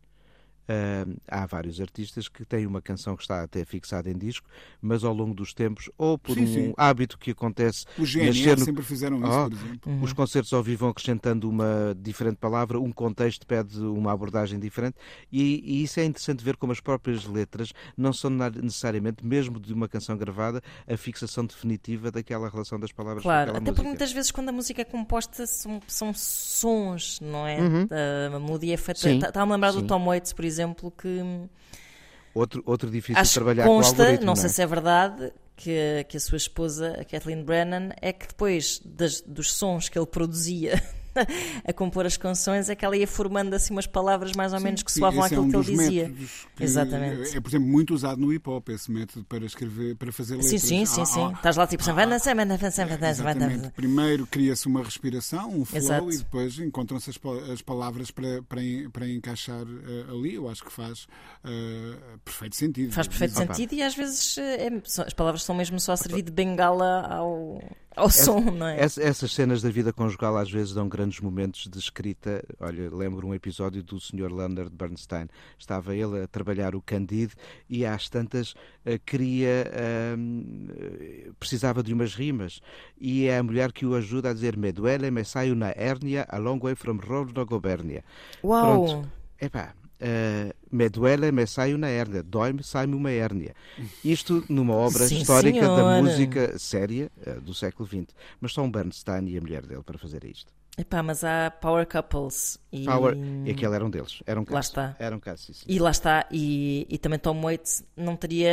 Há vários artistas que têm uma canção que está até fixada em disco, mas ao longo dos tempos, ou por Sim, um sim. hábito que acontece Os GNR nascer no- sempre fizeram isso, Oh, por exemplo. Uhum. Os concertos ao vivo vão acrescentando uma diferente palavra, um contexto pede uma abordagem diferente, e isso é interessante ver como as próprias letras não são necessariamente, mesmo de uma canção gravada, a fixação definitiva daquela relação das palavras com Claro, aquela até porque música. muitas vezes quando a música é composta são sons, não é? A melodia é feita. Sim, Estava-me a lembrar do sim. Tom Waits, por exemplo, que Outro difícil de acho que trabalhar com o consta, algoritmo. não é? sei se é verdade, que a sua esposa, a Kathleen Brennan, é que depois dos sons que ele produzia a compor as canções, é que ela ia formando assim umas palavras mais ou menos que Sim, soavam esse aquilo é um que ele dos dizia. métodos que Exatamente. É, por exemplo, muito usado no hip-hop, esse método para escrever, para fazer letras. Sim. Estás lá tipo, Exatamente. Primeiro cria-se uma respiração, um flow, Exato. e depois encontram-se as palavras para encaixar ali. Eu acho que faz perfeito sentido. Faz perfeito Diz- sentido e às vezes as palavras são mesmo só a servir de bengala ao som, não é? Essas cenas da vida conjugal às vezes dão grandes momentos de escrita. Olha, lembro um episódio do Sr. Leonard Bernstein. Estava ele a trabalhar o Candide e às tantas precisava de umas rimas. E é a mulher que o ajuda a dizer: me duele, me sai uma hérnia a long way from Rome no Gobernia. Uau! Pronto. Epá, me duele, me sai uma hérnia. Dói-me, sai-me uma hérnia. Isto numa obra Sim, histórica da senhora. música séria do século XX. Mas só um Bernstein e a mulher dele para fazer isto. Epá, mas há power couples e E aquele era um deles. Era um caso. Lá está. Era um caso, sim. E lá está, e também Tom Waits não teria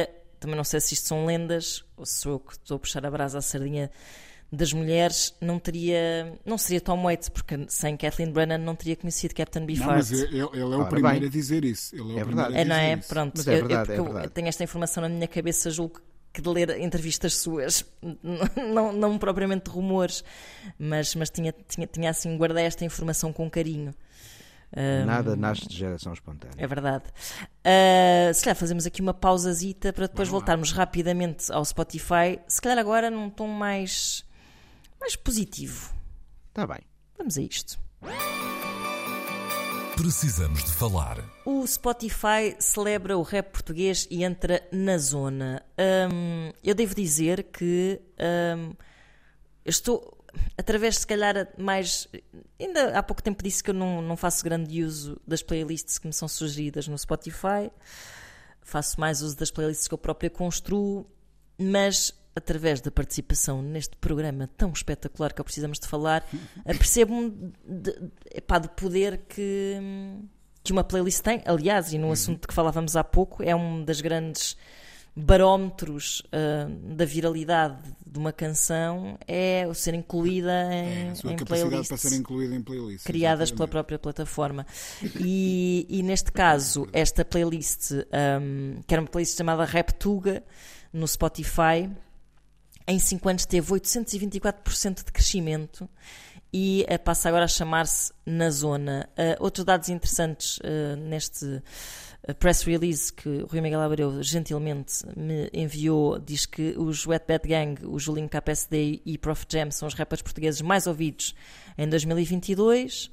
também não sei se isto são lendas, ou se sou eu que estou a puxar a brasa à sardinha das mulheres, não seria Tom Waits, porque sem Kathleen Brennan não teria conhecido Captain Beefheart. Mas ele é o primeiro a dizer isso. Ele é o primeiro a dizer não é? isso. Pronto, Mas é verdade, eu tenho esta informação na minha cabeça, julgo que de ler entrevistas suas, não propriamente rumores, mas tinha assim, guardei esta informação com carinho. Nada nasce de geração espontânea. É verdade. Se calhar fazemos aqui uma pausazita para depois voltarmos rapidamente ao Spotify, se calhar agora num tom mais positivo. Está bem. Vamos a isto. Precisamos de falar. O Spotify celebra o rap português e entra na zona. Eu devo dizer que estou, através se calhar mais... Ainda há pouco tempo disse que eu não faço grande uso das playlists que me são sugeridas no Spotify. Faço mais uso das playlists que eu própria construo, mas através da participação neste programa tão espetacular que Precisamos de Falar, percebo-me de poder que uma playlist tem. Aliás, e no assunto de que falávamos há pouco, é um dos grandes barómetros da viralidade de uma canção, é o ser incluída em playlists, para ser incluída em playlists criadas pela própria plataforma. E neste caso, esta playlist, que era uma playlist chamada Raptuga, no Spotify, em 5 anos teve 824% de crescimento e passa agora a chamar-se Na Zona. Outros dados interessantes neste press release que o Rui Miguel Abreu gentilmente me enviou, diz que os Wet Bad Gang, o Julinho KPSD e Prof Jam são os rappers portugueses mais ouvidos em 2022.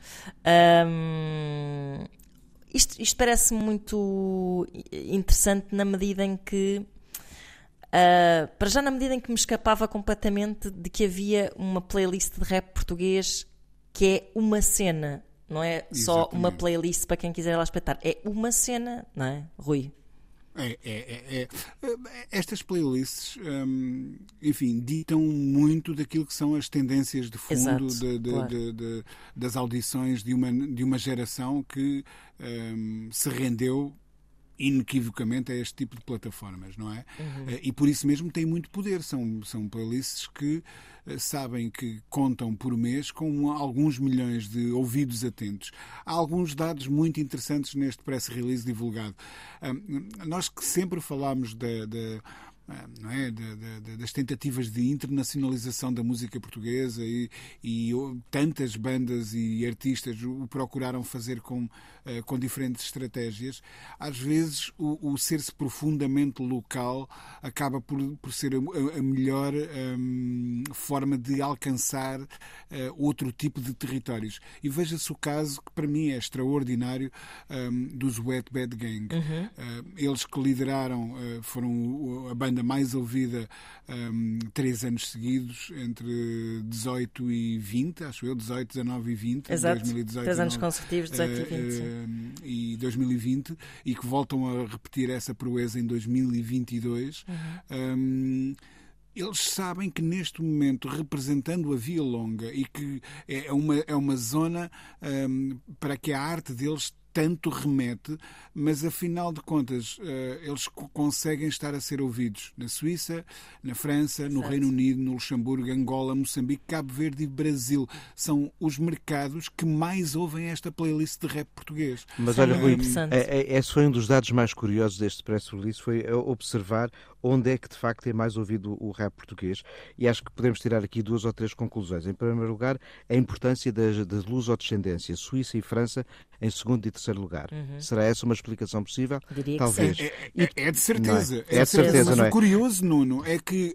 Isto parece muito interessante na medida em que para já na medida em que me escapava completamente de que havia uma playlist de rap português que é uma cena, não é só Exatamente. uma playlist para quem quiser lá espetar, é uma cena, não é, Rui? Estas playlists, enfim, ditam muito daquilo que são as tendências de fundo. Exato, das audições de uma geração que se rendeu inequivocamente a este tipo de plataformas, não é? E por isso mesmo tem muito poder. São playlists que sabem que contam por mês com alguns milhões de ouvidos atentos. Há alguns dados muito interessantes neste press release divulgado. Nós que sempre falámos não é? Das tentativas de internacionalização da música portuguesa e tantas bandas e artistas o procuraram fazer com diferentes estratégias, às vezes o ser-se profundamente local acaba por ser a melhor forma de alcançar outro tipo de territórios. E veja-se o caso que para mim é extraordinário dos Wet Bad Gang. Eles que lideraram, foram a banda mais ouvida 3 anos seguidos, entre 18 e 20, acho eu, 18, 19 e 20. Exato, 2018, 3 anos consecutivos, 18 e 20. E 2020, e que voltam a repetir essa proeza em 2022. Eles sabem que neste momento, representando a Via Longa, e que é uma zona para que a arte deles tanto remete, mas afinal de contas eles conseguem estar a ser ouvidos na Suíça, na França, no Reino Unido, no Luxemburgo, Angola, Moçambique, Cabo Verde e Brasil. São os mercados que mais ouvem esta playlist de rap português. Mas olha, Rui, esse foi um dos dados mais curiosos deste press release, foi observar onde é que de facto é mais ouvido o rap português, e acho que podemos tirar aqui 2 ou 3 conclusões. Em primeiro lugar, a importância da lusodescendência, Suíça e França em segundo e terceiro lugar. Será essa uma explicação possível? Diria Talvez. que sim. É de certeza. É de certeza, mas não é? O curioso, Nuno, é que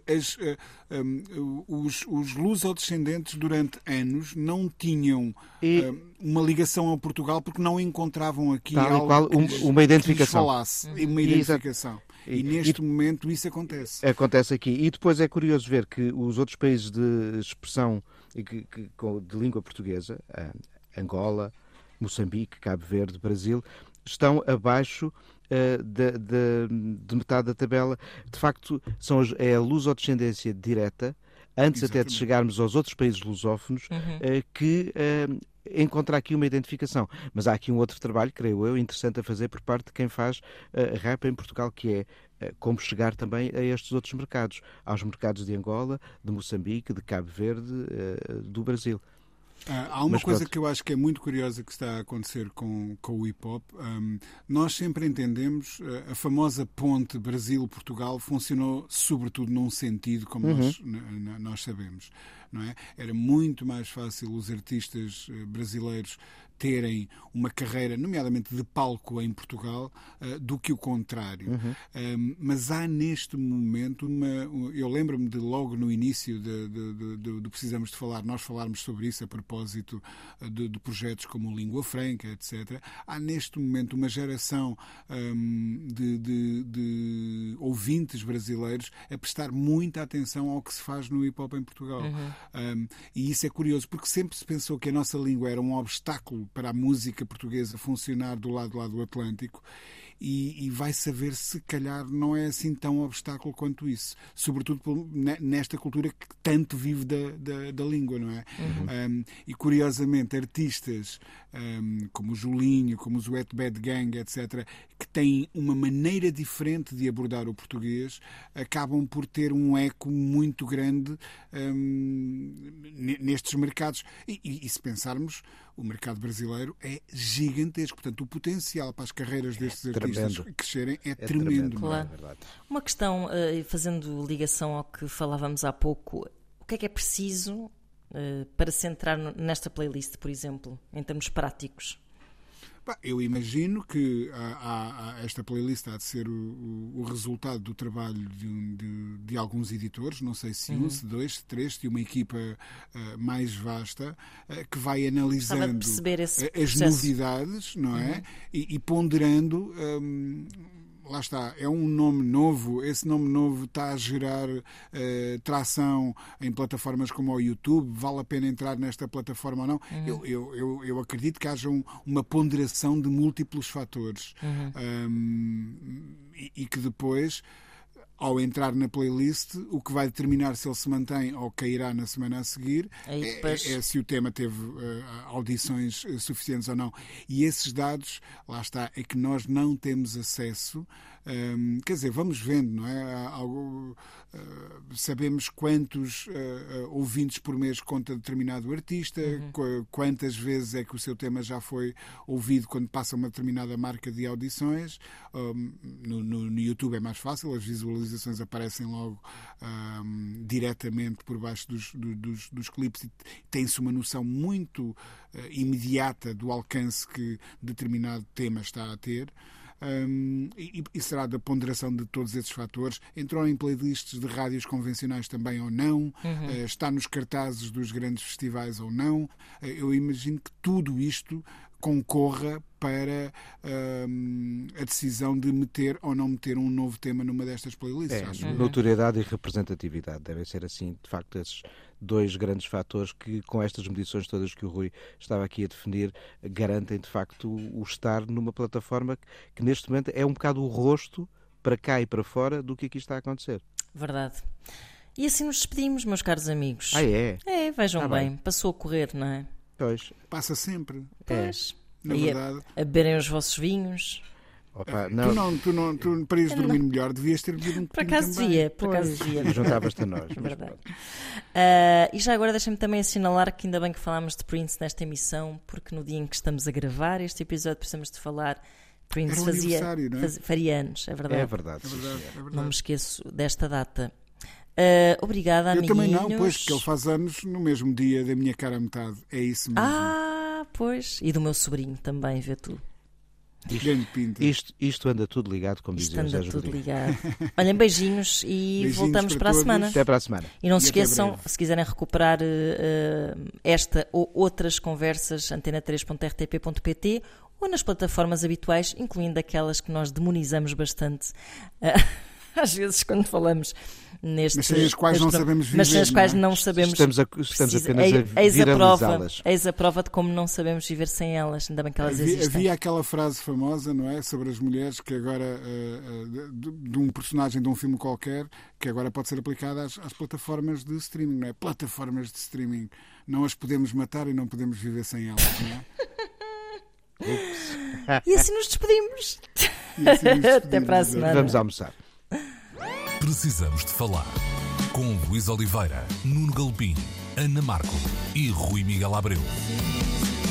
os lusodescendentes durante anos não tinham uma ligação a Portugal porque não encontravam aqui algo uma identificação. Que lhes falasse, uma identificação. E neste momento isso acontece. Acontece aqui. E depois é curioso ver que os outros países de expressão de língua portuguesa, Angola, Moçambique, Cabo Verde, Brasil, estão abaixo de metade da tabela. De facto, é a lusodescendência direta, antes até de chegarmos aos outros países lusófonos, que encontrar aqui uma identificação. Mas há aqui um outro trabalho, creio eu, interessante a fazer por parte de quem faz rap em Portugal, que é como chegar também a estes outros mercados, aos mercados de Angola, de Moçambique, de Cabo Verde, do Brasil. Há uma coisa que eu acho que é muito curiosa que está a acontecer com o hip-hop. Nós sempre entendemos a famosa ponte Brasil-Portugal funcionou sobretudo num sentido, como nós sabemos. Não é? Era muito mais fácil os artistas brasileiros terem uma carreira, nomeadamente de palco em Portugal, do que o contrário. Mas há neste momento eu lembro-me de logo no início do Precisamos de Falar, nós falarmos sobre isso a propósito de projetos como o Língua Franca, etc. Há neste momento uma geração de ouvintes brasileiros a prestar muita atenção ao que se faz no hip-hop em Portugal. E isso é curioso, porque sempre se pensou que a nossa língua era um obstáculo para a música portuguesa funcionar do lado lá do Atlântico, e vai saber se calhar não é assim tão obstáculo quanto isso, sobretudo nesta cultura que tanto vive da língua, não é? E curiosamente artistas como o Julinho, como os Wet Bad Gang, etc., que têm uma maneira diferente de abordar o português, acabam por ter um eco muito grande nestes mercados. E se pensarmos, o mercado brasileiro é gigantesco. Portanto, o potencial para as carreiras destes artistas crescerem é tremendo. Claro. Uma questão, fazendo ligação ao que falávamos há pouco, o que é preciso para se entrar nesta playlist, por exemplo, em termos práticos? Eu imagino que esta playlist há de ser o resultado do trabalho de alguns editores, não sei se um, se dois, se três, se uma equipa mais vasta, que vai analisando as novidades, não é? E ponderando. Lá está, é um nome novo, esse nome novo está a gerar tração em plataformas como o YouTube, vale a pena entrar nesta plataforma ou não? Eu acredito que haja uma ponderação de múltiplos fatores e que depois, ao entrar na playlist, o que vai determinar se ele se mantém ou cairá na semana a seguir é se o tema teve audições suficientes ou não. E esses dados, lá está, é que nós não temos acesso. Quer dizer, vamos vendo, não é? Sabemos quantos ouvintes por mês conta determinado artista, quantas vezes é que o seu tema já foi ouvido quando passa uma determinada marca de audições. No YouTube é mais fácil, as visualizações aparecem logo diretamente por baixo dos clipes e tem-se uma noção muito imediata do alcance que determinado tema está a ter. E será da ponderação de todos esses fatores. Entrou em playlists de rádios convencionais também ou não, está nos cartazes dos grandes festivais ou não. Eu imagino que tudo isto concorra para a decisão de meter ou não meter um novo tema numa destas playlists. Notoriedade e representatividade devem ser assim, de facto, esses dois grandes fatores que, com estas medições todas que o Rui estava aqui a definir, garantem de facto o estar numa plataforma que neste momento é um bocado o rosto para cá e para fora do que aqui está a acontecer. Verdade. E assim nos despedimos, meus caros amigos. Vejam bem, passou a correr, não é? Pois. Passa sempre. Pois. Na verdade. A beberem os vossos vinhos. Opa, Tu para ires dormir melhor devias ter bebido um por acaso devia. Juntavas-te a nós. Verdade. E já agora deixem-me também assinalar que ainda bem que falámos de Prince nesta emissão, porque no dia em que estamos a gravar este episódio precisamos de falar. Prince faria anos, é verdade. É verdade. Não me esqueço desta data. Obrigada, amiguinhos. Eu também não, pois, porque ele faz anos no mesmo dia da minha cara metade. É isso mesmo. Pois. E do meu sobrinho também, vê tu. Isto anda tudo ligado, como dizia o José Anda tudo ligado. Olhem, beijinhos e voltamos para a semana. Até para a semana. E não se esqueçam, se quiserem recuperar esta ou outras conversas, antena3.rtp.pt ou nas plataformas habituais, incluindo aquelas que nós demonizamos bastante. às vezes quando falamos nestes... Mas sem as quais não sabemos viver. Mas sem as quais não é? não sabemos... Estamos apenas a viralizá-las. Eis a prova de como não sabemos viver sem elas. Ainda bem que elas existem. Havia aquela frase famosa, não é? Sobre as mulheres, que agora, de um personagem de um filme qualquer, que agora pode ser aplicada às plataformas de streaming, não é? Plataformas de streaming. Não as podemos matar e não podemos viver sem elas, não é? E assim nos despedimos. Até para a semana. Vamos almoçar. Precisamos de falar com Luís Oliveira, Nuno Galopim, Ana Marco e Rui Miguel Abreu.